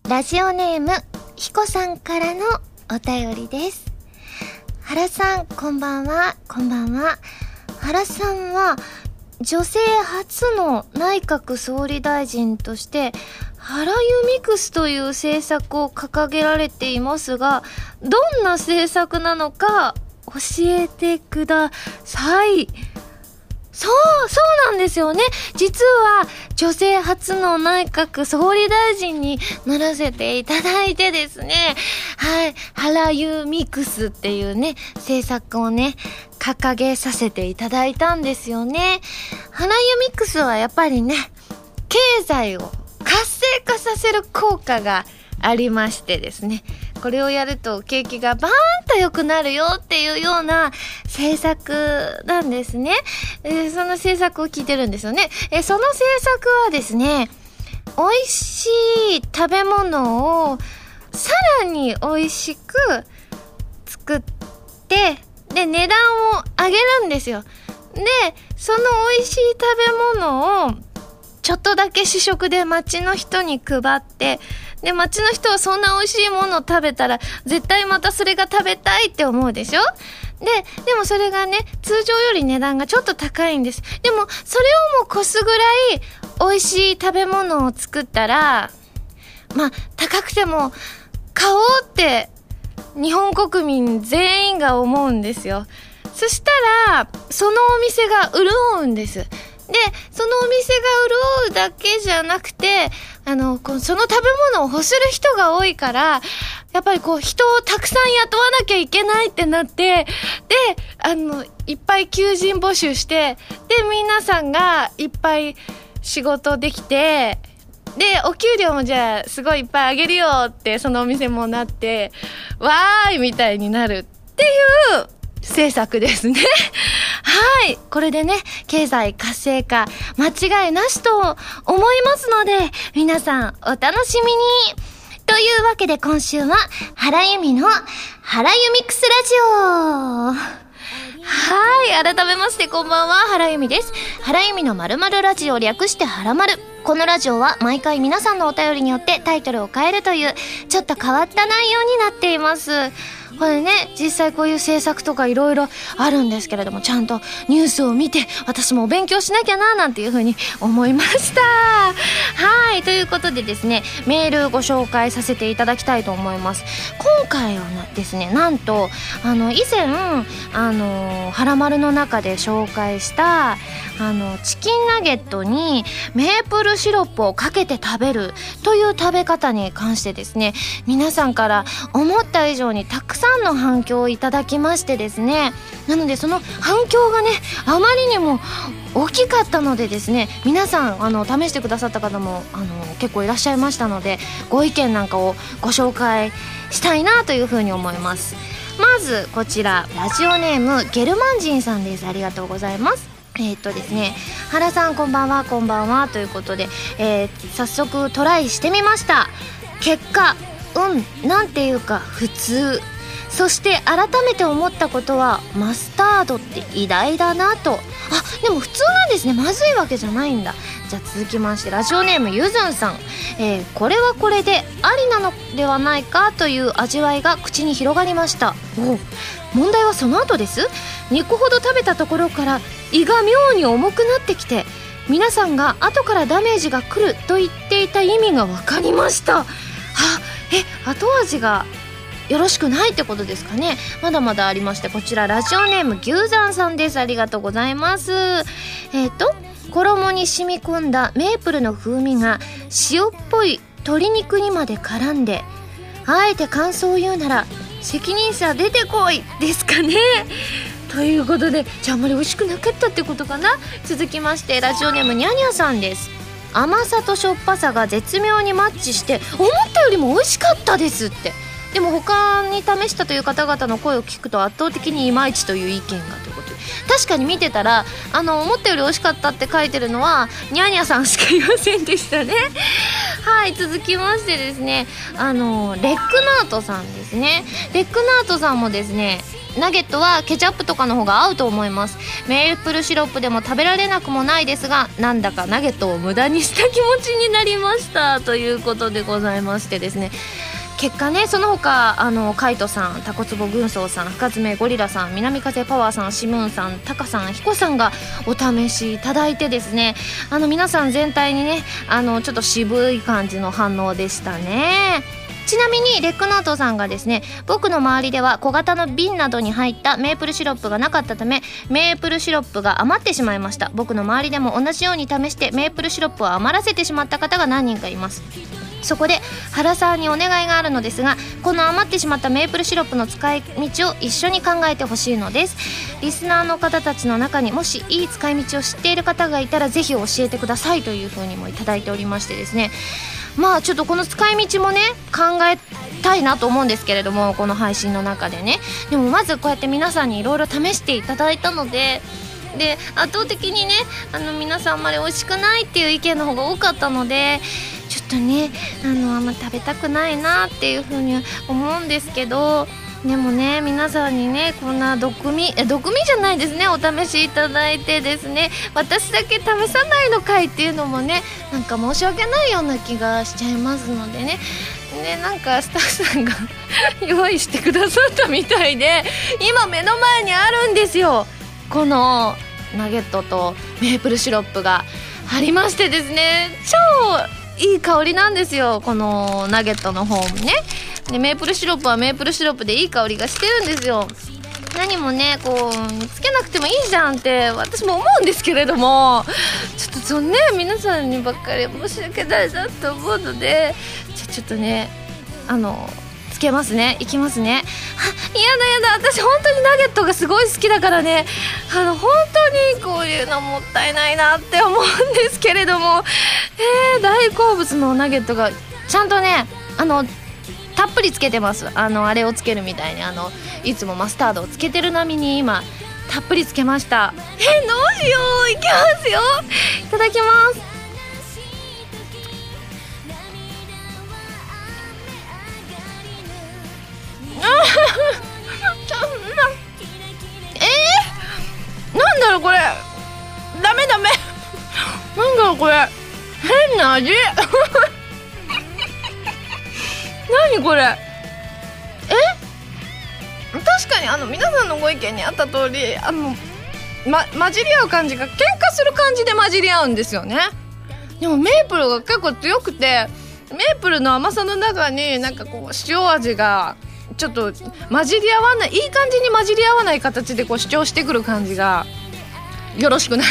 ラジオネームひこさんからのお便りです。原さん、こんばんは。こんばんは。原さんは女性初の内閣総理大臣として原由ミクスという政策を掲げられていますが、どんな政策なのか教えてください。そうなんですよね。実は女性初の内閣総理大臣にならせていただいてですね、はい、原由ミクスっていうね、政策をね、掲げさせていただいたんですよね。原由ミクスはやっぱりね、経済を活性化させる効果がありましてですね、これをやると景気がバーンと良くなるよっていうような政策なんですね。その政策を聞いてるんですよね。その政策はですね、美味しい食べ物をさらに美味しく作って、で値段を上げるんですよ。でその美味しい食べ物をちょっとだけ試食で街の人に配って、で街の人はそんな美味しいものを食べたら絶対またそれが食べたいって思うでしょ。でもそれがね、通常より値段がちょっと高いんです。でもそれをもう越すぐらい美味しい食べ物を作ったら、まあ高くても買おうって日本国民全員が思うんですよ。そしたらそのお店が潤うんです。でそのお店が潤うだけじゃなくて、その食べ物を欲する人が多いから、やっぱりこう人をたくさん雇わなきゃいけないってなって、でいっぱい求人募集して、で皆さんがいっぱい仕事できて、でお給料もじゃあすごいいっぱいあげるよってそのお店もなって、わーいみたいになるっていう政策ですね。はい、これでね、経済活性化間違いなしと思いますので、皆さんお楽しみに。というわけで今週は原由美の原由ミクスラジオ。はい、改めましてこんばんは、原由美です。原由美の〇〇ラジオ、略して原〇。このラジオは毎回皆さんのお便りによってタイトルを変えるというちょっと変わった内容になっています。これね、実際こういう政策とかいろいろあるんですけれども、ちゃんとニュースを見て私もお勉強しなきゃななんていう風に思いました。はい、ということでですね、メールご紹介させていただきたいと思います。今回はですね、なんと以前はらまるの中で紹介したチキンナゲットにメープルシロップをかけて食べるという食べ方に関してですね、皆さんから思った以上にたくさんの反響をいただきましてですね、なのでその反響がね、あまりにも大きかったのでですね、皆さん試してくださった方も結構いらっしゃいましたので、ご意見なんかをご紹介したいなというふうに思います。まずこちら、ラジオネームゲルマンジンさんです。ありがとうございます。ですね、原さんこんばんは、こんばんはということで、早速トライしてみました。結果なんていうか普通。そして改めて思ったことは、マスタードって偉大だなと。でも普通なんですね。まずいわけじゃないんだ。じゃあ続きまして、ラジオネームゆずんさん、これはこれでありなのではないかという味わいが口に広がりました。問題はその後です。2個ほど食べたところから胃が妙に重くなってきて、皆さんが後からダメージが来ると言っていた意味が分かりました。後味がよろしくないってことですかね。まだまだありまして、こちらラジオネーム牛山さんです。ありがとうございます。衣に染み込んだメープルの風味が塩っぽい鶏肉にまで絡んで、あえて感想を言うなら責任者出てこいですかね。ということで、じゃああんまり美味しくなかったってことかな。続きましてラジオネームにゃにゃさんです。甘さとしょっぱさが絶妙にマッチして思ったよりも美味しかったですって。でも他に試したという方々の声を聞くと圧倒的にいまいちという意見がということで、確かに見てたら思ったより美味しかったって書いてるのはニャニャさんしかいませんでしたね。はい、続きましてですね、レックナートさんですね。レックナートさんもですね、 ナゲットはケチャップとかの方が合うと思います。メープルシロップでも食べられなくもないですが、なんだかナゲットを無駄にした気持ちになりましたということでございましてですね、結果ね、その他カイトさん、タコツボ軍曹さん、深爪ゴリラさん、南風パワーさん、シムーンさん、タカさん、ヒコさんがお試しいただいてですね、皆さん全体にねちょっと渋い感じの反応でしたね。ちなみにレックノートさんがですね、僕の周りでは小型の瓶などに入ったメープルシロップがなかったため、メープルシロップが余ってしまいました。僕の周りでも同じように試してメープルシロップを余らせてしまった方が何人かいます。そこで原さんにお願いがあるのですが、この余ってしまったメープルシロップの使い道を一緒に考えてほしいのです。リスナーの方たちの中にもしいい使い道を知っている方がいたらぜひ教えてくださいというふうにもいただいておりましてですね、まあちょっとこの使い道もね考えたいなと思うんですけれども、この配信の中でね。でもまずこうやって皆さんにいろいろ試していただいたので、圧倒的にね皆さんあんまり美味しくないっていう意見の方が多かったので、ちょっとねあんま食べたくないなっていう風に思うんですけど、でもね皆さんにねこんな毒味じゃないですね、お試しいただいてですね、私だけ試さないのかいっていうのもねなんか申し訳ないような気がしちゃいますのでね。でなんかスタッフさんが用意してくださったみたいで、今目の前にあるんですよ、このナゲットとメープルシロップがありましてですね、超いい香りなんですよ、このナゲットの方もね。でメープルシロップはメープルシロップでいい香りがしてるんですよ。何もねこうつけなくてもいいじゃんって私も思うんですけれども、ちょっとそのね皆さんにばっかり申し訳ないなと思うので、ちょっとねつけますね、いきますね。やだ私本当にナゲットがすごい好きだからね、本当にこういうのもったいないなって思うんですけれども、大好物のナゲットがちゃんとねたっぷりつけてます。あれをつけるみたいにいつもマスタードをつけてる並みに今たっぷりつけました。どうしよう、いきますよ、いただきます。なんだろうこれ、ダメなんだろうこれ、変な味何これ、確かに皆さんのご意見にあった通り混じり合う感じが喧嘩する感じで混じり合うんですよね。でもメープルが結構強くて、メープルの甘さの中になんかこう塩味がちょっと混じり合わない、いい感じに混じり合わない形でこう主張してくる感じがよろしくない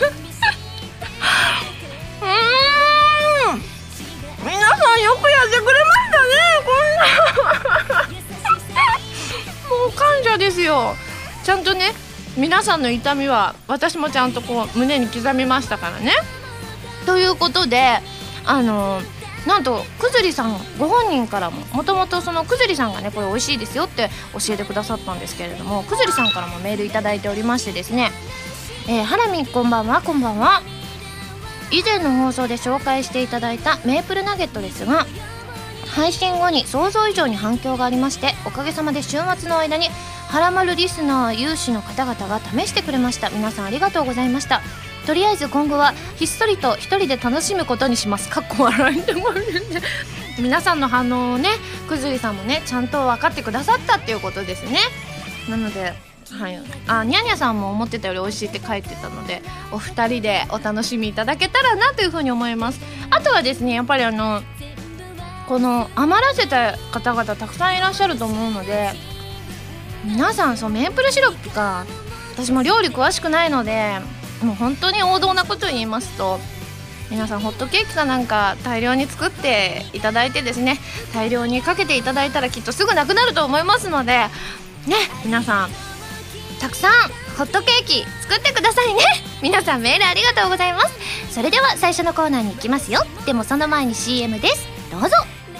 皆さんよくやってくれましたね、こんなもう感謝ですよ。ちゃんとね皆さんの痛みは私もちゃんとこう胸に刻みましたからね。ということでなんとくずりさんご本人からもともとそのくずりさんがねこれ美味しいですよって教えてくださったんですけれども、くずりさんからもメールいただいておりましてですね、ハラミこんばんは。こんばんは。以前の放送で紹介していただいたメープルナゲットですが、配信後に想像以上に反響がありまして、おかげさまで週末の間にハラマルリスナー有志の方々が試してくれました。皆さんありがとうございました。とりあえず今後はひっそりと一人で楽しむことにします。かっこ笑いでもあるんで皆さんの反応をねくずりさんもねちゃんと分かってくださったっていうことですね。なのではい、ニャニャさんも思ってたより美味しいって書いてたので、お二人でお楽しみいただけたらなというふうに思います。あとはですねやっぱりこの余らせた方々たくさんいらっしゃると思うので、皆さんメープルシロップか、私も料理詳しくないのでもう本当に王道なことを言いますと、皆さんホットケーキかなんか大量に作っていただいてですね、大量にかけていただいたらきっとすぐなくなると思いますのでね、皆さんたくさんホットケーキ作ってくださいね。皆さんメールありがとうございます。それでは最初のコーナーに行きますよ。でもその前に CM です。どうぞ。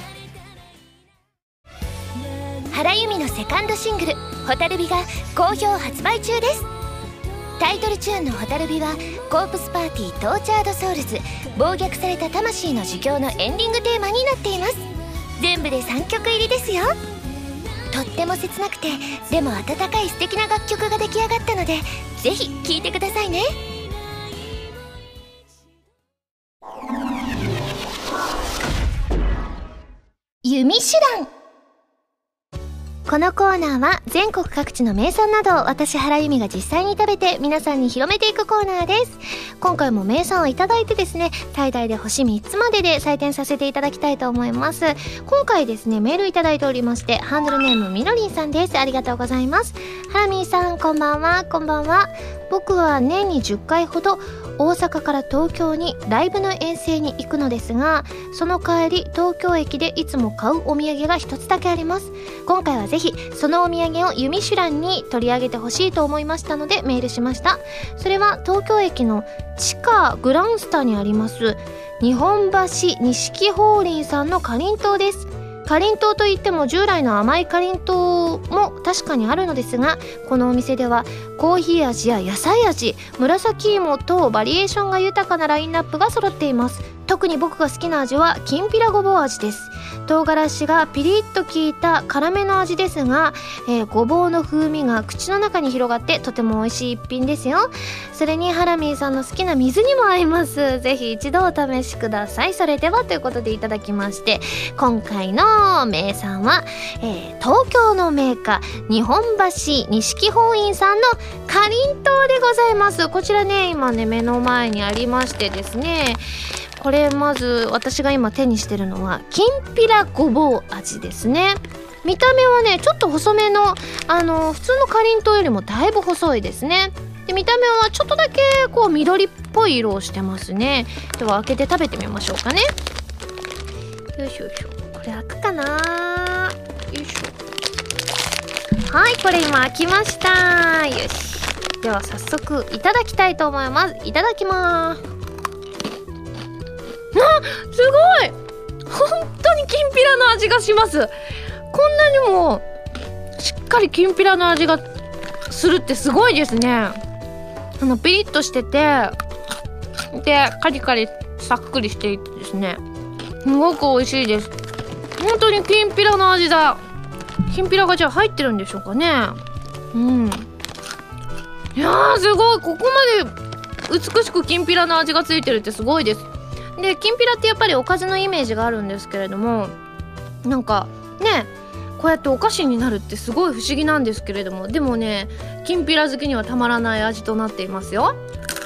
原由美のセカンドシングル「蛍火」が好評発売中です。タイトルチューンの「蛍火」はコープスパーティートーチャードソウルズ暴虐された魂の儒教のエンディングテーマになっています。全部で3曲入りですよ。 とっても切なくてでも温かい素敵な楽曲が出来上がったので、ぜひ聴いてくださいね。弓手段。このコーナーは全国各地の名産などを私原由美が実際に食べて皆さんに広めていくコーナーです。今回も名産をいただいてですね、最大で星3つまでで採点させていただきたいと思います。今回ですね、メールいただいておりまして、ハンドルネームみのりんさんです。ありがとうございます。ハラミーさんこんばんは。こんばんは。僕は年に10回ほど大阪から東京にライブの遠征に行くのですが、その帰り東京駅でいつも買うお土産が一つだけあります。今回はぜひそのお土産を弓手段に取り上げてほしいと思いましたのでメールしました。それは東京駅の地下グランスタにあります日本橋錦法輪さんのかりんとうです。かりんとうといっても従来の甘いかりんとうも確かにあるのですが、このお店ではコーヒー味や野菜味、紫芋とバリエーションが豊かなラインナップが揃っています。特に僕が好きな味はきんぴらごぼう味です。唐辛子がピリッと効いた辛めの味ですが、ごぼうの風味が口の中に広がってとても美味しい一品ですよ。それにハラミーさんの好きな水にも合います。ぜひ一度お試しください。それではということでいただきまして、今回の名産は、東京のメーカー日本橋錦法院さんのかりんとうでございます。こちらね、今ね目の前にありましてですね、これまず私が今手にしてるのはきんぴらごぼう味ですね。見た目はねちょっと細めの普通のかりんとうよりもだいぶ細いですね。で見た目はちょっとだけこう緑っぽい色をしてますね。では開けて食べてみましょうかね。よいしょよいしょ。これ開くかな。よいしょ。はい、これ今開きました。よし、では早速いただきたいと思います。いただきます。すごい、本当にきんぴらの味がします。こんなにもしっかりきんぴらの味がするってすごいですね。ピリッとしてて、でカリカリさっくりしていてですね、すごく美味しいです。本当にきんぴらの味だ。きんぴらがじゃあ入ってるんでしょうかね。いやーすごい、ここまで美しくきんぴらの味がついてるってすごいです。できんぴらってやっぱりおかずのイメージがあるんですけれども、なんかねこうやってお菓子になるってすごい不思議なんですけれども、でもねきんぴら好きにはたまらない味となっていますよ。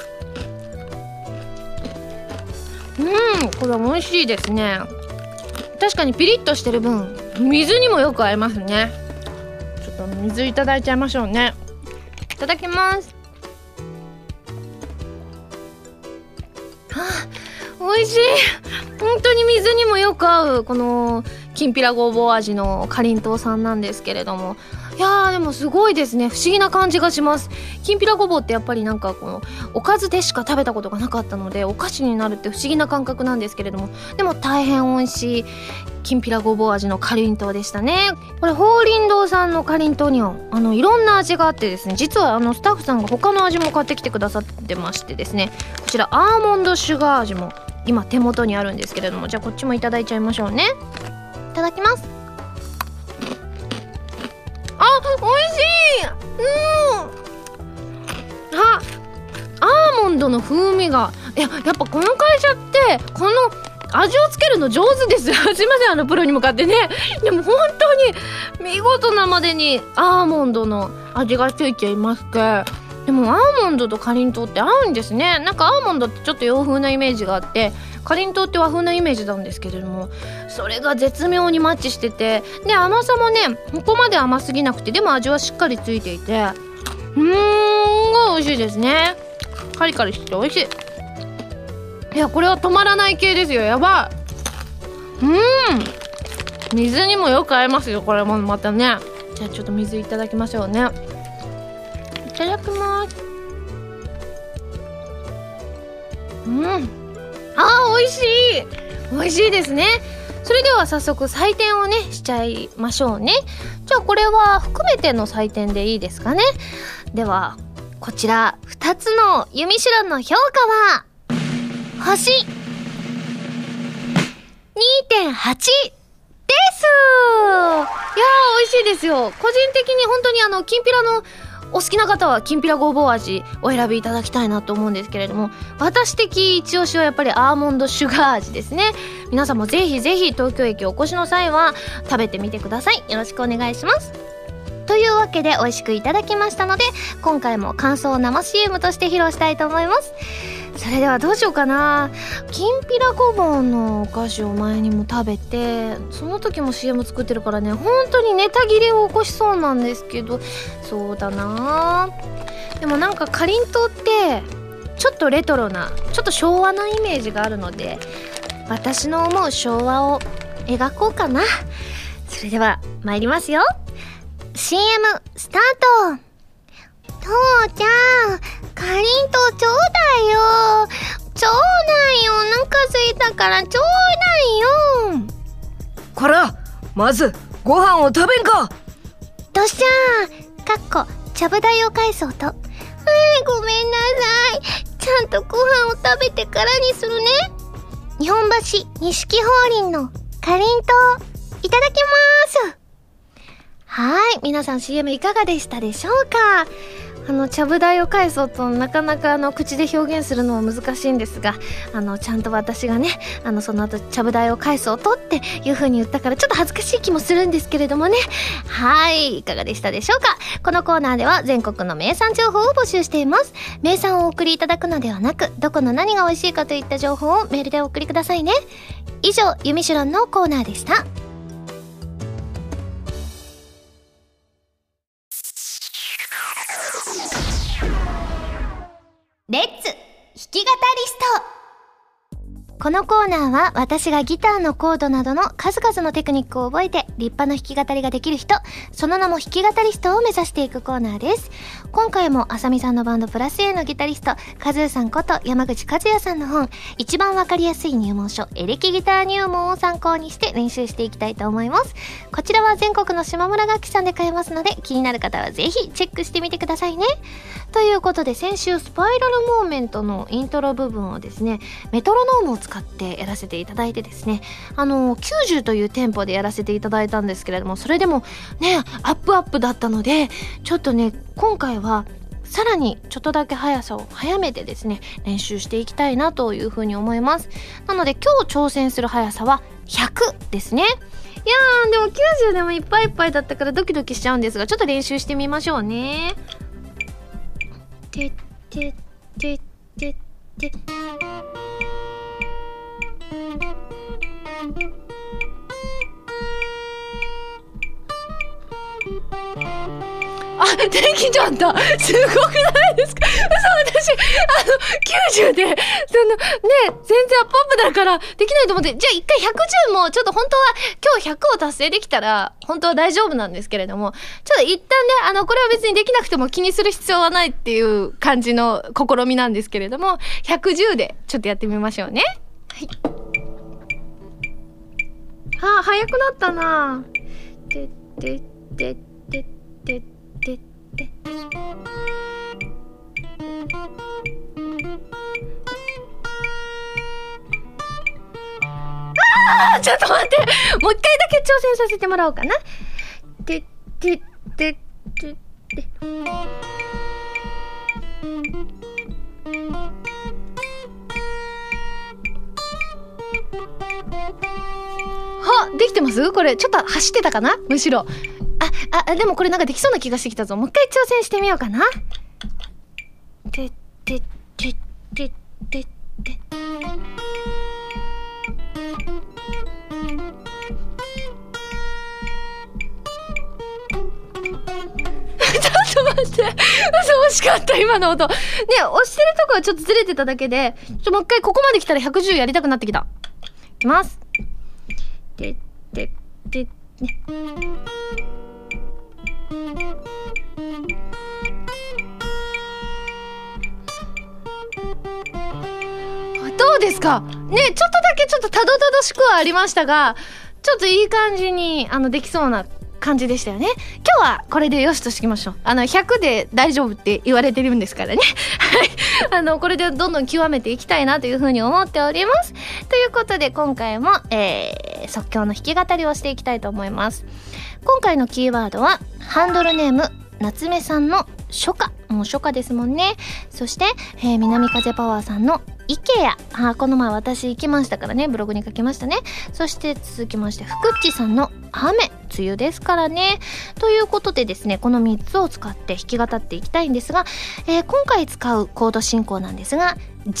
これは美味しいですね。確かにピリッとしてる分水にもよく合いますね。ちょっと水いただいちゃいましょうね。いただきます。美味しい。本当に水にもよく合うこのきんぴらごぼう味のかりんとうさんなんですけれども、いやーでもすごいですね。不思議な感じがします。きんぴらごぼうってやっぱりなんかこのおかずでしか食べたことがなかったので、お菓子になるって不思議な感覚なんですけれども、でも大変美味しいきんぴらごぼう味のかりんとうでしたね。これ宝林堂さんのかりんとうにはいろんな味があってですね、実はスタッフさんが他の味も買ってきてくださってましてですね、こちらアーモンドシュガー味も今手元にあるんですけれども、じゃあこっちもいただいちゃいましょうね。いただきます。美味しい。アーモンドの風味が、やっぱこの会社ってこの味をつけるの上手です。すいません、プロに向かってね。でも本当に見事なまでにアーモンドの味がついていまして、でもアーモンドとかりんとうって合うんですね。なんかアーモンドってちょっと洋風なイメージがあって、かりんとうって和風なイメージなんですけれども、それが絶妙にマッチしてて、で甘さもねここまで甘すぎなくて、でも味はしっかりついていて、すごい美味しいですね。カリカリして美味しい。いやこれは止まらない系ですよ。やばい。水にもよく合いますよ。これもまたね。じゃあちょっと水いただきましょうね。いただきます。美味しい。美味しいですね。それでは早速採点をねしちゃいましょうね。じゃあこれは含めての採点でいいですかね。ではこちら2つの弓手段の評価は星 2.8 です。 美味しいですよ。個人的に本当にきんぴらのお好きな方はきんぴらごぼう味お選びいただきたいなと思うんですけれども、私的一押しはやっぱりアーモンドシュガー味ですね。皆さんもぜひぜひ東京駅お越しの際は食べてみてください。よろしくお願いします。というわけで美味しくいただきましたので、今回も感想を生 CM として披露したいと思います。それではどうしようかな。きんぴらごぼうのお菓子を前にも食べて、その時も CM 作ってるからね、本当にネタ切れを起こしそうなんですけど、そうだな。でもなんかかりんとうってちょっとレトロな、ちょっと昭和なイメージがあるので、私の思う昭和を描こうかな。それでは参りますよ。 CM スタート。父ちゃん、かりんとうちょうだいよ。ちょうだいよ。お腹すいたからちょうだいよ。 こら、まずご飯を食べんか。 どっしゃー。かっこちゃぶ台を返そうと。ごめんなさい。ちゃんとご飯を食べてからにするね。日本橋錦鳳林のかりんとう、いただきます。はい、皆さん CM いかがでしたでしょうか。ちゃぶ台を返そうとなかなか口で表現するのは難しいんですが、ちゃんと私がね、その後ちゃぶ台を返そうとっていう風に言ったからちょっと恥ずかしい気もするんですけれどもね。はい、いかがでしたでしょうか。このコーナーでは全国の名産情報を募集しています。名産をお送りいただくのではなく、どこの何が美味しいかといった情報をメールでお送りくださいね。以上、ゆみしゅろんのコーナーでした。レッツ弾き語りスト。このコーナーは私がギターのコードなどの数々のテクニックを覚えて立派な弾き語りができる人、その名も弾き語りストを目指していくコーナーです。今回もあさみさんのバンドプラス A のギタリストカズーさんこと山口和也さんの本、一番わかりやすい入門書エレキギター入門を参考にして練習していきたいと思います。こちらは全国の島村楽器さんで買えますので、気になる方はぜひチェックしてみてくださいね。ということで、先週スパイラルモーメントのイントロ部分をですね、メトロノームを使ってやらせていただいてですね、90というテンポでやらせていただいたんですけれども、それでもねアップだったので、ちょっとね今回はさらにちょっとだけ速さを速めてですね練習していきたいなというふうに思います。なので今日挑戦する速さは100ですね。いやー、でも90でもいっぱいいっぱいだったからドキドキしちゃうんですが、ちょっと練習してみましょうね。てってってってってできちゃった。すごくないですか。私90で全然アップだからできないと思って、じゃあ一回110もちょっと本当は今日100を達成できたら本当は大丈夫なんですけれども、ちょっと一旦ねこれは別にできなくても気にする必要はないっていう感じの試みなんですけれども、110でちょっとやってみましょうね。はい。早くなったな。てってってってってってってちょっと待って、もう一回だけ挑戦させてもらおうかな。てってってってってできてます？これちょっと走ってたかな、むしろ。でもこれなんかできそうな気がしてきたぞ。もう一回挑戦してみようかな。てってってってってってちょっと待って、惜しかった今の音ね。押してるとこはちょっとずれてただけで、もう一回ここまで来たら110やりたくなってきた。いきます。てってってね。どうですかね。ちょっとだけちょっとたどたどしくはありましたが、ちょっといい感じにできそうな感じでしたよね。今日はこれでよしとしましょう。100で大丈夫って言われてるんですからね。はい。これでどんどん極めていきたいなというふうに思っております。ということで今回も、即興の弾き語りをしていきたいと思います。今回のキーワードはハンドルネーム夏目さんの初夏、もう初夏ですもんね。そして、南風パワーさんのイケア、この前私行きましたからね、ブログに書きましたね。そして続きまして福っちさんの雨、梅雨ですからね。ということでですね、この3つを使って弾き語っていきたいんですが、今回使うコード進行なんですが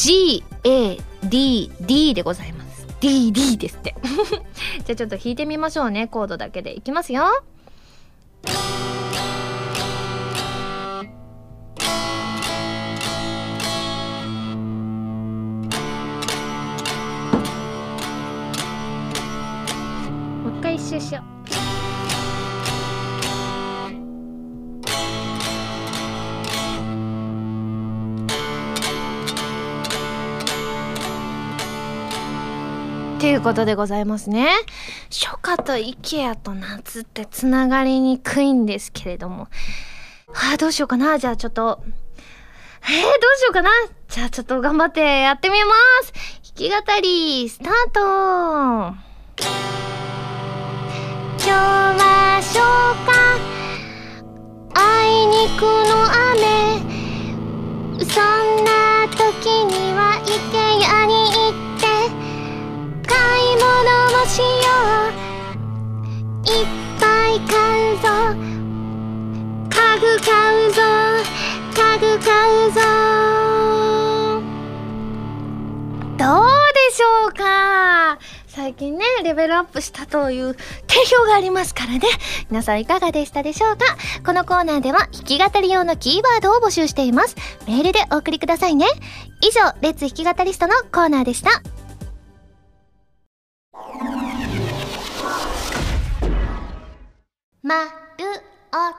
G、A、D、D でございます。 D ですってじゃあちょっと弾いてみましょうね。コードだけでいきますよ。もう一回一周しよう。ということでございますね。初夏とイケアと夏ってつながりにくいんですけれども、どうしようかな。じゃあちょっとどうしようかな。じゃあちょっと頑張ってやってみます。弾き語りスタート。今日は初夏、あいにくの雨、そんな時にはイケアに行って買い物をしよう。いっぱい買うぞ、家具買うぞ、家具買うぞ。どうでしょうか。最近ね、レベルアップしたという定評がありますからね。皆さんいかがでしたでしょうか。このコーナーでは弾き語り用のキーワードを募集しています。メールでお送りくださいね。以上、レッツ弾き語りストのコーナーでした。まるおた。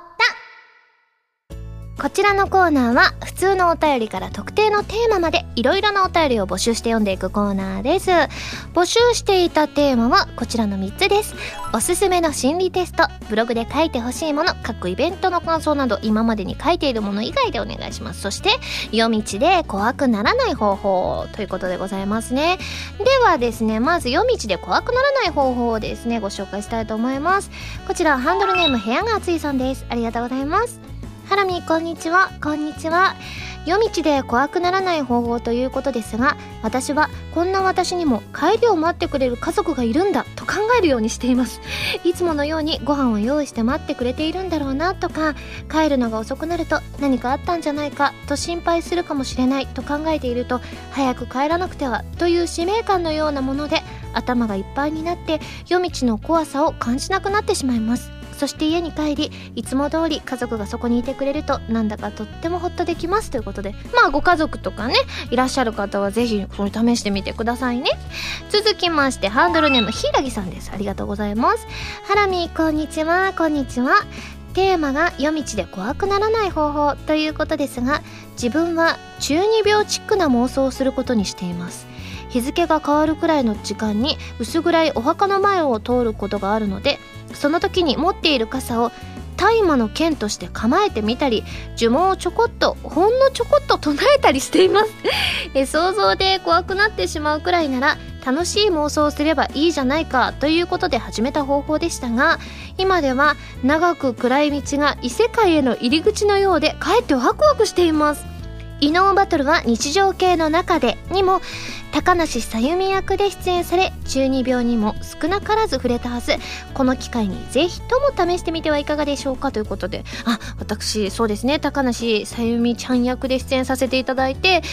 こちらのコーナーは普通のお便りから特定のテーマまでいろいろなお便りを募集して読んでいくコーナーです。募集していたテーマはこちらの3つです。おすすめの心理テスト、ブログで書いてほしいもの、各イベントの感想など今までに書いているもの以外でお願いします。そして夜道で怖くならない方法ということでございますね。ではですね、まず夜道で怖くならない方法をですねご紹介したいと思います。こちらハンドルネーム部屋が熱いさんです。ありがとうございます。ハラミこんにちは。こんにちは。夜道で怖くならない方法ということですが、私はこんな私にも帰りを待ってくれる家族がいるんだと考えるようにしています。いつものようにご飯を用意して待ってくれているんだろうなとか、帰るのが遅くなると何かあったんじゃないかと心配するかもしれないと考えていると、早く帰らなくてはという使命感のようなもので頭がいっぱいになって夜道の怖さを感じなくなってしまいます。そして家に帰り、いつも通り家族がそこにいてくれるとなんだかとってもほっとできますということで、ご家族とかねいらっしゃる方はぜひこれ試してみてくださいね。続きましてハンドルネームひらぎさんです。ありがとうございます。ハラミこんにちは。こんにちは。テーマが夜道で怖くならない方法ということですが、自分は中二病チックな妄想をすることにしています。日付が変わるくらいの時間に薄暗いお墓の前を通ることがあるので、その時に持っている傘を大麻の剣として構えてみたり、呪文をちょこっとほんのちょこっと唱えたりしています想像で怖くなってしまうくらいなら楽しい妄想をすればいいじゃないかということで始めた方法でしたが、今では長く暗い道が異世界への入り口のようでかえってワクワクしています。異能バトルは日常系の中でにも高梨さゆみ役で出演され、中二病にも少なからず触れたはず。この機会にぜひとも試してみてはいかがでしょうかということで、私そうですね、高梨さゆみちゃん役で出演させていただいて、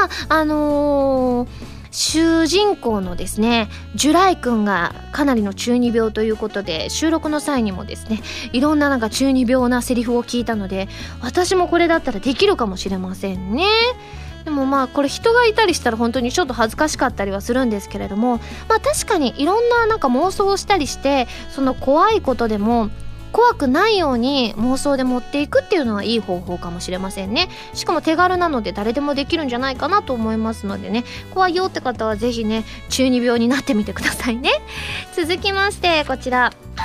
主人公のですねジュライくんがかなりの中二病ということで、収録の際にもですねいろんな中二病なセリフを聞いたので、私もこれだったらできるかもしれませんね。でもこれ人がいたりしたら本当にちょっと恥ずかしかったりはするんですけれども、確かにいろんな妄想をしたりして、その怖いことでも怖くないように妄想で持っていくっていうのはいい方法かもしれませんね。しかも手軽なので誰でもできるんじゃないかなと思いますのでね、怖いよって方はぜひね中二病になってみてくださいね。続きましてこちら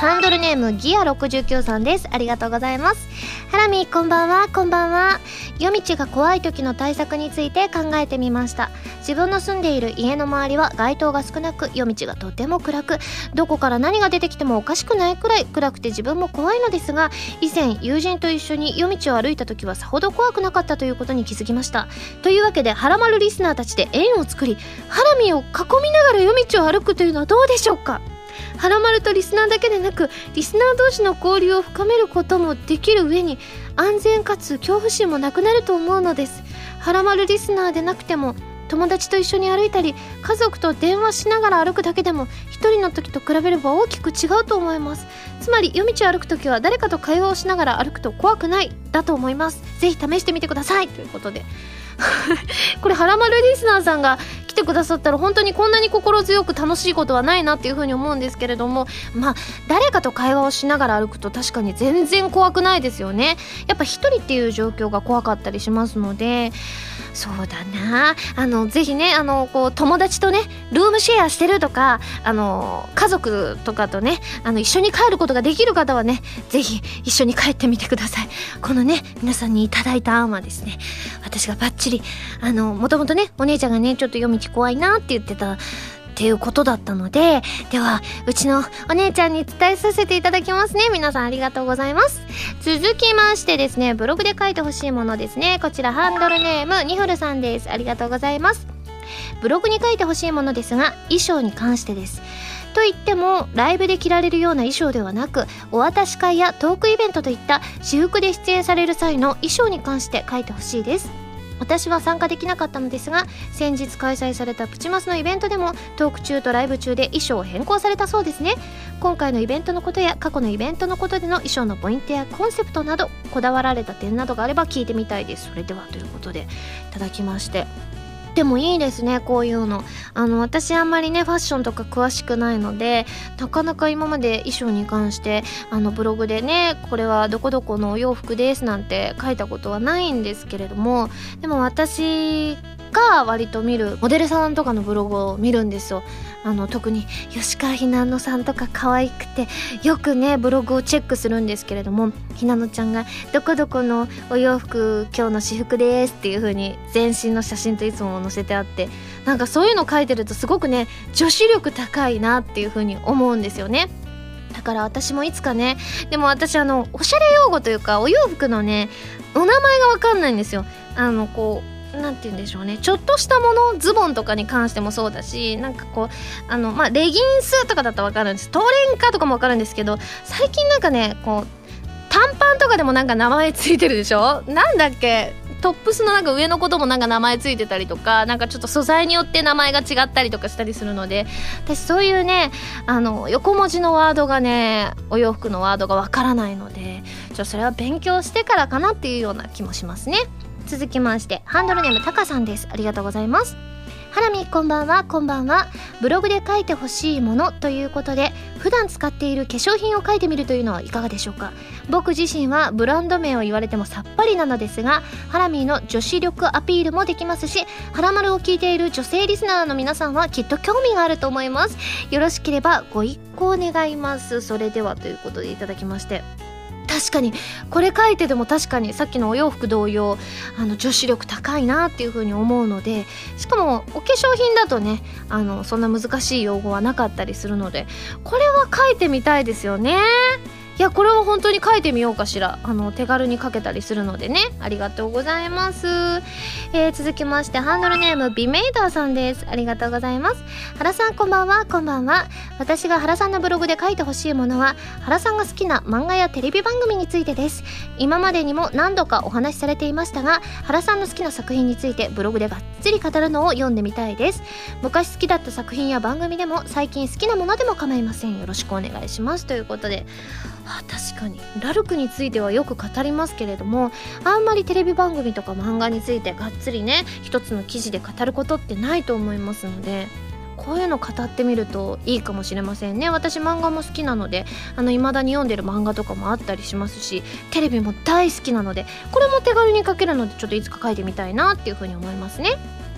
ハンドルネームギア69さんです。ありがとうございます。ハラミこんばんは。こんばんは。夜道が怖い時の対策について考えてみました。自分の住んでいる家の周りは街灯が少なく、夜道がとても暗く、どこから何が出てきてもおかしくないくらい暗くて自分も怖いのですが、以前友人と一緒に夜道を歩いた時はさほど怖くなかったということに気づきました。というわけでハラマルリスナーたちで縁を作り、ハラミを囲みながら夜道を歩くというのはどうでしょうか。ハラマルとリスナーだけでなく、リスナー同士の交流を深めることもできる上に、安全かつ恐怖心もなくなると思うのです。ハラマルリスナーでなくても、友達と一緒に歩いたり、家族と電話しながら歩くだけでも、一人の時と比べれば大きく違うと思います。つまり夜道を歩く時は誰かと会話をしながら歩くと怖くないだと思います。ぜひ試してみてくださいということでこれハラマルリスナーさんが来てくださったら本当にこんなに心強く楽しいことはないなっていうふうに思うんですけれども、まあ誰かと会話をしながら歩くと確かに全然怖くないですよね。やっぱ一人っていう状況が怖かったりしますので、そうだな、ぜひね、こう友達とねルームシェアしてるとか、家族とかとね一緒に帰ることができる方はね、ぜひ一緒に帰ってみてください。このね皆さんにいただいた案はですね、私がバッチリもともとねお姉ちゃんがねちょっと夜道怖いなって言ってたっていうことだったので、ではうちのお姉ちゃんに伝えさせていただきますね。皆さんありがとうございます。続きましてですね、ブログで書いてほしいものですね。こちらハンドルネームニフルさんです。ありがとうございます。ブログに書いてほしいものですが、衣装に関してです。といってもライブで着られるような衣装ではなく、お渡し会やトークイベントといった私服で出演される際の衣装に関して書いてほしいです。私は参加できなかったのですが、先日開催されたプチマスのイベントでもトーク中とライブ中で衣装を変更されたそうですね。今回のイベントのことや過去のイベントのことでの衣装のポイントやコンセプトなど、こだわられた点などがあれば聞いてみたいです。それではということでいただきまして、でもいいですねこういうの。私あんまりねファッションとか詳しくないので、なかなか今まで衣装に関してブログでねこれはどこどこのお洋服ですなんて書いたことはないんですけれども、でも私が割と見るモデルさんとかのブログを見るんですよ。特に吉川ひなのさんとか可愛くてよくねブログをチェックするんですけれども、ひなのちゃんがどこどこのお洋服今日の私服ですっていう風に全身の写真といつも載せてあって、なんかそういうの書いてるとすごくね女子力高いなっていう風に思うんですよね。だから私もいつかね、でも私おしゃれ用語というかお洋服のねお名前がわかんないんですよ。こうなんて言うんでしょうね、ちょっとしたもの、ズボンとかに関してもそうだし、なんかこうレギンスとかだったらわかるんです。トレンカとかもわかるんですけど、最近なんかねこう短パンとかでもなんか名前ついてるでしょ。なんだっけ、トップスのなんか上のこともなんか名前ついてたりとか、なんかちょっと素材によって名前が違ったりとかしたりするので、私そういうね横文字のワードがね、お洋服のワードがわからないので、それは勉強してからかなっていうような気もしますね。続きましてハンドルネームタカさんです。ありがとうございます。ハラミこんばんは。こんばんは。ブログで書いてほしいものということで、普段使っている化粧品を書いてみるというのはいかがでしょうか。僕自身はブランド名を言われてもさっぱりなのですが、ハラミの女子力アピールもできますし、ハラマルを聞いている女性リスナーの皆さんはきっと興味があると思います。よろしければご一考願います。それではということでいただきまして、確かにこれ書いてでも確かにさっきのお洋服同様女子力高いなっていう風に思うので、しかもお化粧品だとねそんな難しい用語はなかったりするので、これは書いてみたいですよね。いやこれは本当に書いてみようかしら。手軽に書けたりするのでね。ありがとうございます。続きましてハンドルネームビメイダーさんです。ありがとうございます。原さんこんばんは。こんばんは。私が原さんのブログで書いてほしいものは、原さんが好きな漫画やテレビ番組についてです。今までにも何度かお話しされていましたが、原さんの好きな作品についてブログでがっつり語るのを読んでみたいです。昔好きだった作品や番組でも最近好きなものでも構いません。よろしくお願いしますということで、確かにラルクについてはよく語りますけれども、あんまりテレビ番組とか漫画についてがっつりね一つの記事で語ることってないと思いますので、こういうの語ってみるといいかもしれませんね。私漫画も好きなので未だに読んでる漫画とかもあったりしますし、テレビも大好きなので、これも手軽に書けるのでちょっといつか書いてみたいなっていうふうに思いますね。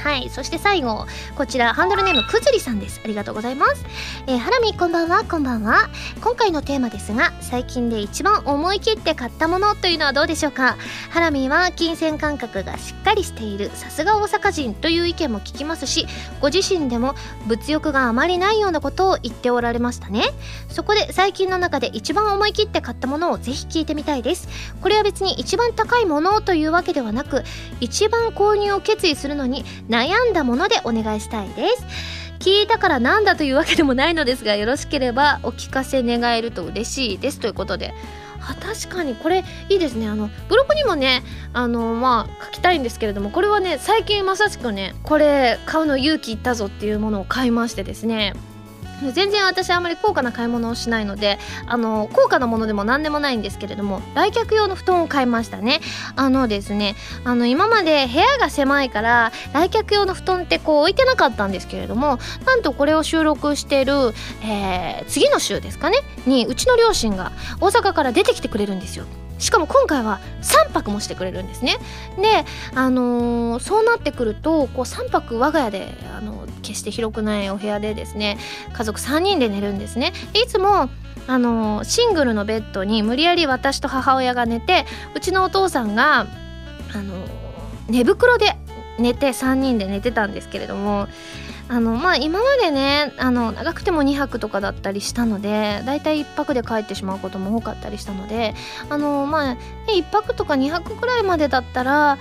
はい、そして最後こちらハンドルネームくずりさんです。ありがとうございます。ハラミこんばんは。こんばんは。今回のテーマですが、最近で一番思い切って買ったものというのはどうでしょうか。ハラミは金銭感覚がしっかりしている、さすが大阪人という意見も聞きますし、ご自身でも物欲があまりないようなことを言っておられましたね。そこで最近の中で一番思い切って買ったものをぜひ聞いてみたいです。これは別に一番高いものというわけではなく、一番購入を決意するのに悩んだものでお願いしたいです。聞いたからなんだというわけでもないのですが、よろしければお聞かせ願えると嬉しいですということで、確かにこれいいですね。ブログにもね書きたいんですけれども、これはね最近まさしくねこれ買うの勇気いったぞっていうものを買いましてですね、全然私あんまり高価な買い物をしないので高価なものでも何でもないんですけれども、来客用の布団を買いましたね。ですね今まで部屋が狭いから来客用の布団ってこう置いてなかったんですけれども、なんとこれを収録してる、次の週ですかねにうちの両親が大阪から出てきてくれるんですよ。しかも今回は3泊もしてくれるんですね。で、そうなってくるとこう3泊我が家で決して広くないお部屋でですね、家族3人で寝るんですね。でいつもシングルのベッドに無理やり私と母親が寝て、うちのお父さんが寝袋で寝て3人で寝てたんですけれども、今までね長くても2泊とかだったりしたので、だいたい1泊で帰ってしまうことも多かったりしたので、1泊とか2泊くらいまでだったら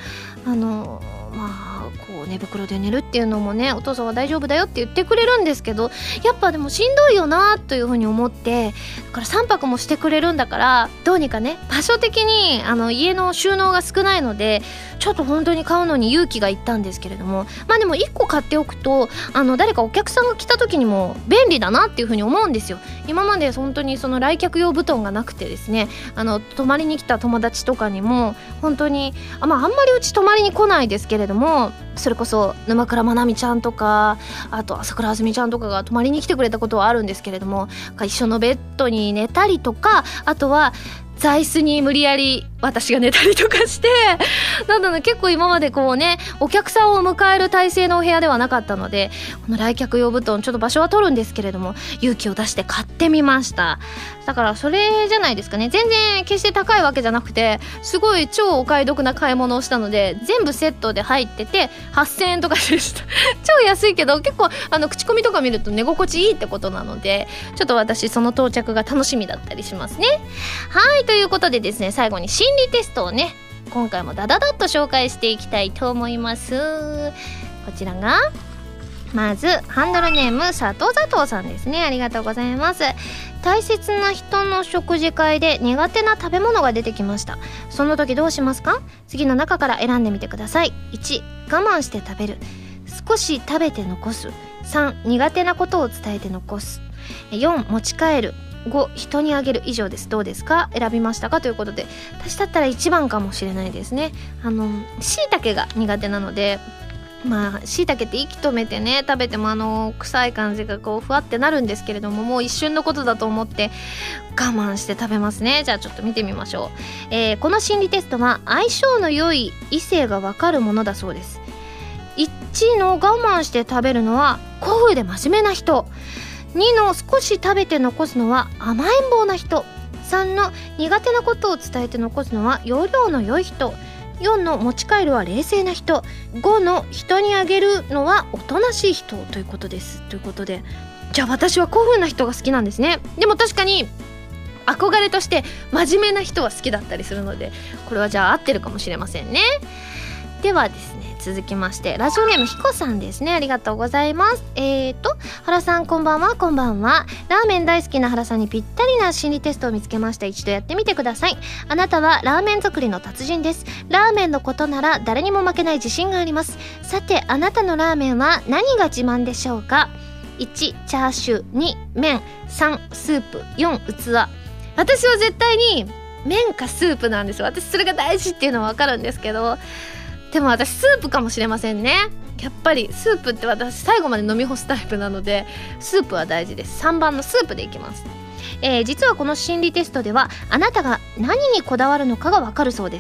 こう寝袋で寝るっていうのもね、お父さんは大丈夫だよって言ってくれるんですけど、やっぱでもしんどいよなというふうに思って、だから3泊もしてくれるんだからどうにかね、場所的に家の収納が少ないのでちょっと本当に買うのに勇気がいったんですけれども、でも1個買っておくと誰かお客さんが来た時にも便利だなっていうふうに思うんですよ。今まで本当にその来客用布団がなくてですね、泊まりに来た友達とかにも本当にあんまりうち泊まりに来ないですけれども、それこそ沼倉まなみちゃんとか、あと朝倉あずみちゃんとかが泊まりに来てくれたことはあるんですけれども、一緒のベッドに寝たりとか、あとは座椅子に無理やり私が寝たりとかして、なんだろう、結構今までこうねお客さんを迎える体制のお部屋ではなかったので、この来客用布団ちょっと場所は取るんですけれども勇気を出して買ってみました。だからそれじゃないですかね。全然決して高いわけじゃなくて、すごい超お買い得な買い物をしたので、全部セットで入ってて8000円とかでした超安いけど結構口コミとか見ると寝心地いいってことなので、ちょっと私その到着が楽しみだったりしますね。はい、ということでですね、最後に心理テストをね今回もダダダッと紹介していきたいと思います。こちらがまずハンドルネーム佐藤佐藤さんですね。ありがとうございます。大切な人の食事会で苦手な食べ物が出てきました。その時どうしますか？次の中から選んでみてください。1、我慢して食べる。少し食べて残す。3、苦手なことを伝えて残す。4、持ち帰る。5、人にあげる。以上です。どうですか？選びましたか？ということで、私だったら1番かもしれないですね。椎茸が苦手なので、椎茸って息止めてね食べても臭い感じがこうふわってなるんですけれども、もう一瞬のことだと思って我慢して食べますね。じゃあちょっと見てみましょう。この心理テストは相性の良い異性が分かるものだそうです。1の我慢して食べるのは古風で真面目な人。2の少し食べて残すのは甘えん坊な人。3の苦手なことを伝えて残すのは容量の良い人。4の持ち帰るは冷静な人。5の人にあげるのはおとなしい人ということです。ということで、じゃあ私は古風な人が好きなんですね。でも確かに憧れとして真面目な人は好きだったりするので、これはじゃあ合ってるかもしれませんね。ではですね、続きましてラジオネームひこさんですね。ありがとうございます。原さんこんばんは。こんばんは。ラーメン大好きな原さんにぴったりな心理テストを見つけました。一度やってみてください。あなたはラーメン作りの達人です。ラーメンのことなら誰にも負けない自信があります。さてあなたのラーメンは何が自慢でしょうか？ 1、チャーシュー。2、麺。3、スープ。4、器。私は絶対に麺かスープなんですよ。私それが大事っていうのは分かるんですけど、でも私スープかもしれませんね。やっぱりスープって私最後まで飲み干すタイプなので、スープは大事です。3番のスープでいきます。実はこの心理テストではあなたが何にこだわるのかがわかるそうです。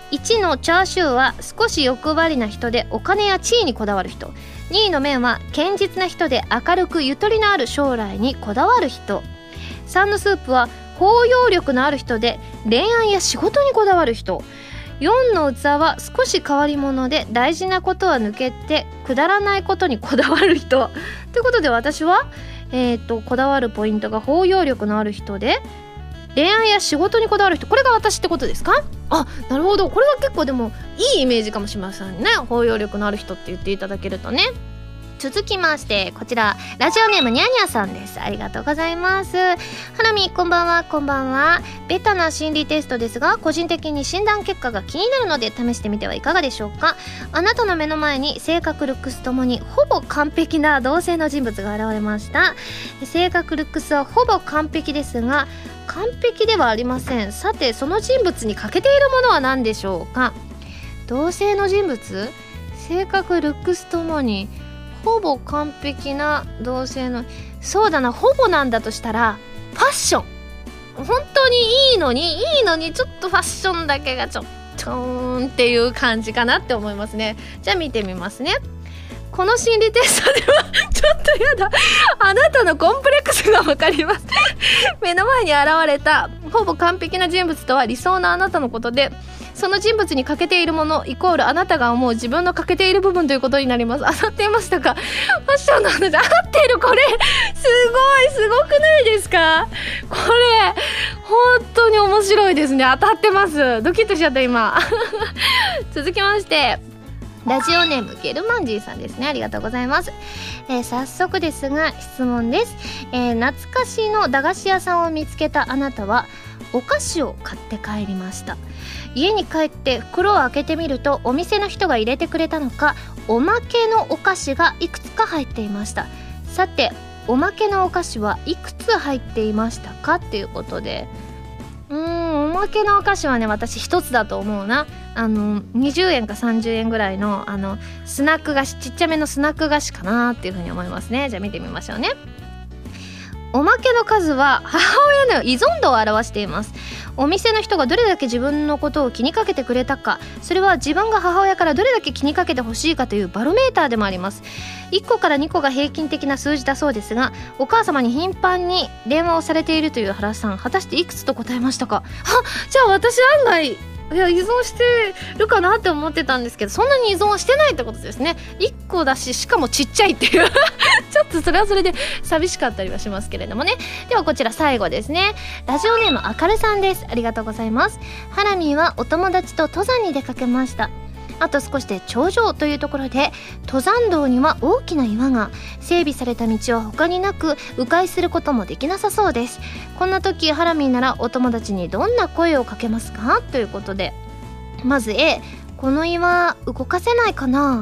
1のチャーシューは少し欲張りな人でお金や地位にこだわる人。2位の麺は堅実な人で明るくゆとりのある将来にこだわる人。3のスープは包容力のある人で恋愛や仕事にこだわる人。4の器は少し変わり者で大事なことは抜けてくだらないことにこだわる人。ということで私は、こだわるポイントが包容力のある人で恋愛や仕事にこだわる人。これが私ってことですか？あ、なるほど。これは結構でもいいイメージかもしれませんね。包容力のある人って言っていただけるとね。続きましてこちらラジオネームにゃにゃさんです。ありがとうございます。はなみこんばんは。こんばんは。ベタな心理テストですが個人的に診断結果が気になるので試してみてはいかがでしょうか。あなたの目の前に性格ルックスともにほぼ完璧な同性の人物が現れました。性格ルックスはほぼ完璧ですが完璧ではありません。さてその人物に欠けているものは何でしょうか。同性の人物、性格ルックスともにほぼ完璧な同性の、そうだな、ほぼなんだとしたらファッション。本当にいいのにちょっとファッションだけがちょっとっていう感じかなって思いますね。じゃあ見てみますね。この心理テストではちょっとやだ、あなたのコンプレックスがわかります目の前に現れたほぼ完璧な人物とは理想のあなたのことで、その人物に欠けているものイコールあなたが思う自分の欠けている部分ということになります。当たっていましたか？ファッションの話合っている。これすごくないですか？これ本当に面白いですね。当たってます。ドキッとしちゃった今続きましてラジオネームゲルマンジーさんですね。ありがとうございます。早速ですが質問です。懐かしの駄菓子屋さんを見つけたあなたはお菓子を買って帰りました。家に帰って袋を開けてみるとお店の人が入れてくれたのかおまけのお菓子がいくつか入っていました。さておまけのお菓子はいくつ入っていましたかっていうことで、おまけのお菓子はね私一つだと思うな。20円か30円ぐらいのスナック菓子、ちっちゃめのスナック菓子かなっていうふうに思いますね。じゃあ見てみましょうね。おまけの数は母親の依存度を表しています。お店の人がどれだけ自分のことを気にかけてくれたか、それは自分が母親からどれだけ気にかけてほしいかというバロメーターでもあります。1個から2個が平均的な数字だそうですが、お母様に頻繁に電話をされているという原さん、果たしていくつと答えましたか？じゃあ私案外依存してるかなって思ってたんですけど、そんなに依存してないってことですね。1個だし、しかもちっちゃいっていうちょっとそれはそれで寂しかったりはしますけれどもね。ではこちら最後ですね。ラジオネームあかるさんです。ありがとうございます。ハラミーはお友達と登山に出かけました。あと少しで頂上というところで登山道には大きな岩が、整備された道は他になく迂回することもできなさそうです。こんな時ハラミーならお友達にどんな声をかけますかということで、まず A、 この岩動かせないかな。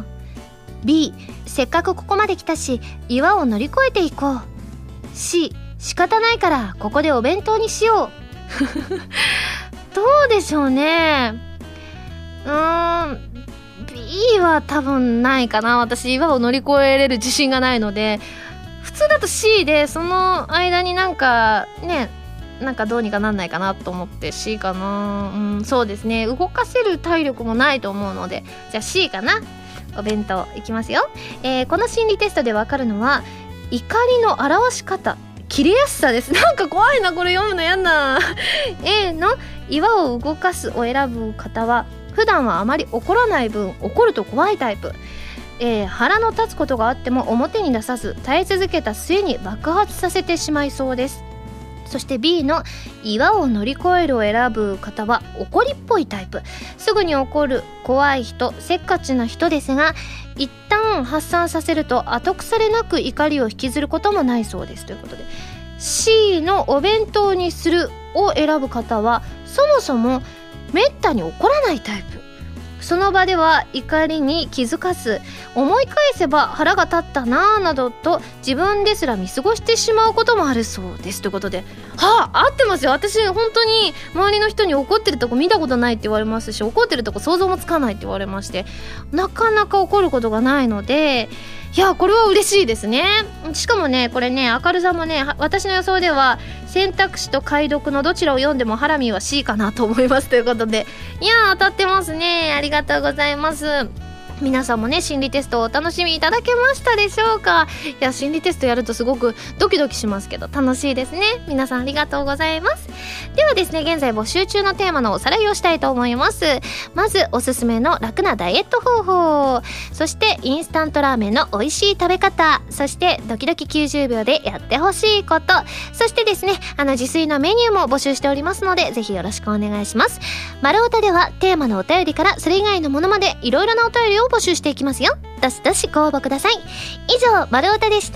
B、 せっかくここまで来たし岩を乗り越えていこう。 C、 仕方ないからここでお弁当にしようどうでしょうね。B は多分ないかな。私岩を乗り越えれる自信がないので、普通だと C でその間になんかね、なんかどうにかなんないかなと思って C かな。そうですね、動かせる体力もないと思うので、じゃあ C かな。お弁当いきますよ。この心理テストでわかるのは怒りの表し方、切れやすさです。なんか怖いなこれ、読むのやんなA の岩を動かすを選ぶ方は普段はあまり怒らない分怒ると怖いタイプ。腹の立つことがあっても表に出さず耐え続けた末に爆発させてしまいそうです。そして B の岩を乗り越えるを選ぶ方は怒りっぽいタイプ。すぐに怒る怖い人、せっかちな人ですが、一旦発散させると後腐れなく怒りを引きずることもないそうですということで、 C のお弁当にするを選ぶ方はそもそもめったに怒らないタイプ。その場では怒りに気づかず、思い返せば腹が立ったなぁなどと自分ですら見過ごしてしまうこともあるそうですということで、合ってますよ。私本当に周りの人に怒ってるとこ見たことないって言われますし、怒ってるとこ想像もつかないって言われまして、なかなか怒ることがないので、 いやこれは嬉しいですね。しかもねこれね明るさもね私の予想では選択肢と解読のどちらを読んでもハラミは C かなと思いますということで、いや当たってますね。ありがとうございます。皆さんもね心理テストをお楽しみいただけましたでしょうか。いや心理テストやるとすごくドキドキしますけど楽しいですね。皆さんありがとうございます。ではですね現在募集中のテーマのおさらいをしたいと思います。まずおすすめの楽なダイエット方法、そしてインスタントラーメンの美味しい食べ方、そしてドキドキ90秒でやってほしいこと、そしてですね自炊のメニューも募集しておりますのでぜひよろしくお願いします。丸太ではテーマのお便りからそれ以外のものまでいろいろなお便りを募集していきますよ。どしどしご応募ください。以上丸太でした。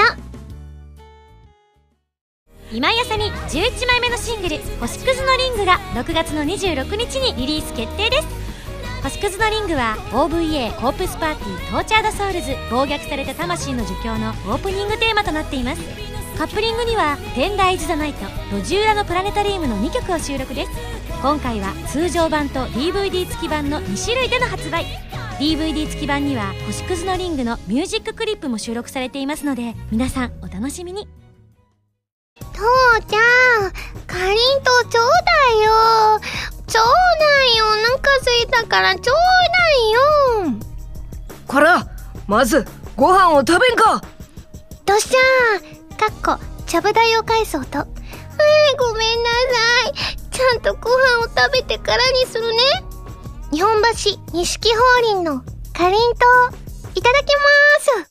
今井あさみ11枚目のシングル「星屑のリング」が6月の26日にリリース決定です。星屑のリングは OVA コープスパーティートーチャードソウルズ暴虐された魂の儒教のオープニングテーマとなっています。カップリングには「テンダーイズザナイト」路地裏のプラネタリウムの2曲を収録です。今回は通常版と DVD 付き版の2種類での発売。 DVD 付き版には星屑のリングのミュージッククリップも収録されていますので皆さんお楽しみに。 父ちゃんかりんとうちょうだいよ。ちょうだいよ、お腹すいたからちょうだいよ。 こらまずご飯を食べんか。 どっしゃーかっこちゃぶ台を返す音。ごめんなさい。ちゃんとご飯を食べてからにするね。日本橋錦鳳林のかりんとういただきます。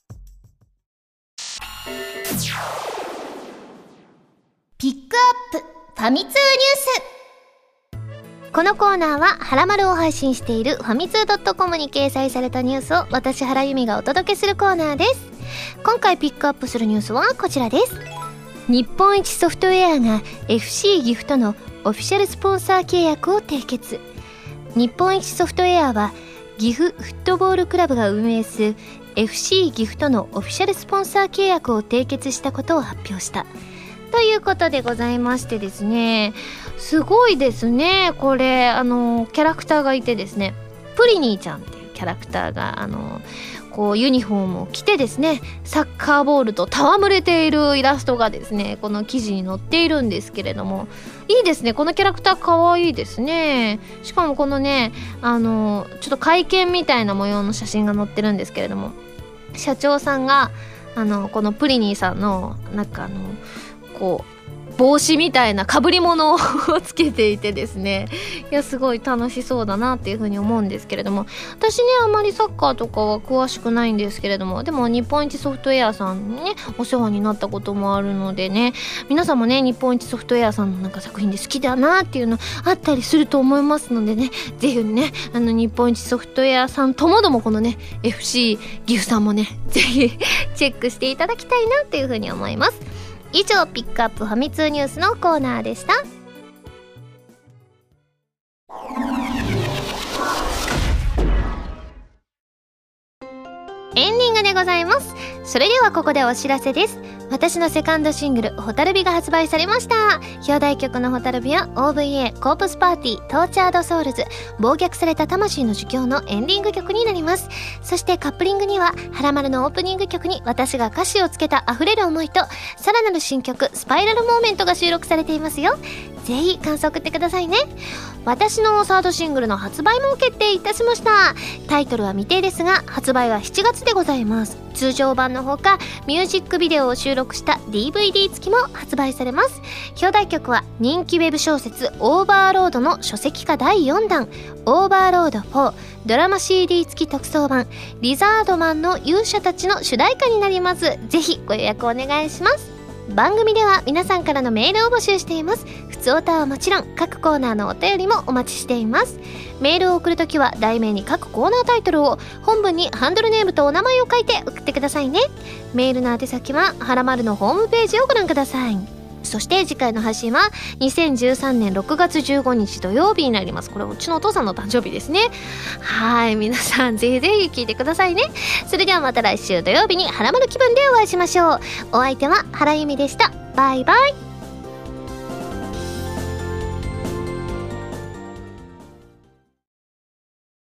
ピックアップファミ通ニュース。このコーナーははらまるを配信しているファミツー .com に掲載されたニュースを私原由美がお届けするコーナーです。今回ピックアップするニュースはこちらです。日本一ソフトウェアが FC 岐阜とのオフィシャルスポンサー契約を締結。日本一ソフトウェアは岐阜フットボールクラブが運営する FC 岐阜とのオフィシャルスポンサー契約を締結したことを発表したということでございましてですね、すごいですね。これキャラクターがいてですね、プリニーちゃんっていうキャラクターがこうユニフォームを着てですねサッカーボールと戯れているイラストがですねこの記事に載っているんですけれども、いいですね。このキャラクターかわいいですね。しかもこのねちょっと会見みたいな模様の写真が載ってるんですけれども、社長さんがこのプリニーさんのなんかこう帽子みたいな被り物をつけていてですね、いやすごい楽しそうだなっていうふうに思うんですけれども、私ねあまりサッカーとかは詳しくないんですけれども、でも日本一ソフトウェアさんにねお世話になったこともあるのでね、皆さんもね日本一ソフトウェアさんのなんか作品で好きだなっていうのあったりすると思いますのでね、ぜひね日本一ソフトウェアさんともどもこのね FC 岐阜さんもねぜひチェックしていただきたいなっていうふうに思います。以上ピックアップファミ通ニュースのコーナーでした。エンディングでございます。それではここでお知らせです。私のセカンドシングル「ホタルビ」が発売されました。表題曲のホタルビは OVA コープスパーティートーチャードソウルズ暴虐された魂の儒教のエンディング曲になります。そしてカップリングにははらまるのオープニング曲に私が歌詞をつけた溢れる思いとさらなる新曲スパイラルモーメントが収録されていますよ。ぜひ感想送ってくださいね。私のサードシングルの発売も決定いたしました。タイトルは未定ですが発売は7月でございます。通常版のほかミュージックビデオを収録した DVD 付きも発売されます。表題曲は人気ウェブ小説オーバーロードの書籍化第4弾オーバーロード4ドラマ CD 付き特装版リザードマンの勇者たちの主題歌になります。ぜひご予約お願いします。番組では皆さんからのメールを募集しています。ふつおたはもちろん各コーナーのお便りもお待ちしています。メールを送るときは題名に各コーナータイトルを、本文にハンドルネームとお名前を書いて送ってくださいね。メールの宛先ははらまるのホームページをご覧ください。そして次回の配信は2013年6月15日土曜日になります。これうちのお父さんの誕生日ですね。はい、皆さんぜひぜひ聞いてくださいね。それではまた来週土曜日にはらまる気分でお会いしましょう。お相手は原由美でした。バイバイ。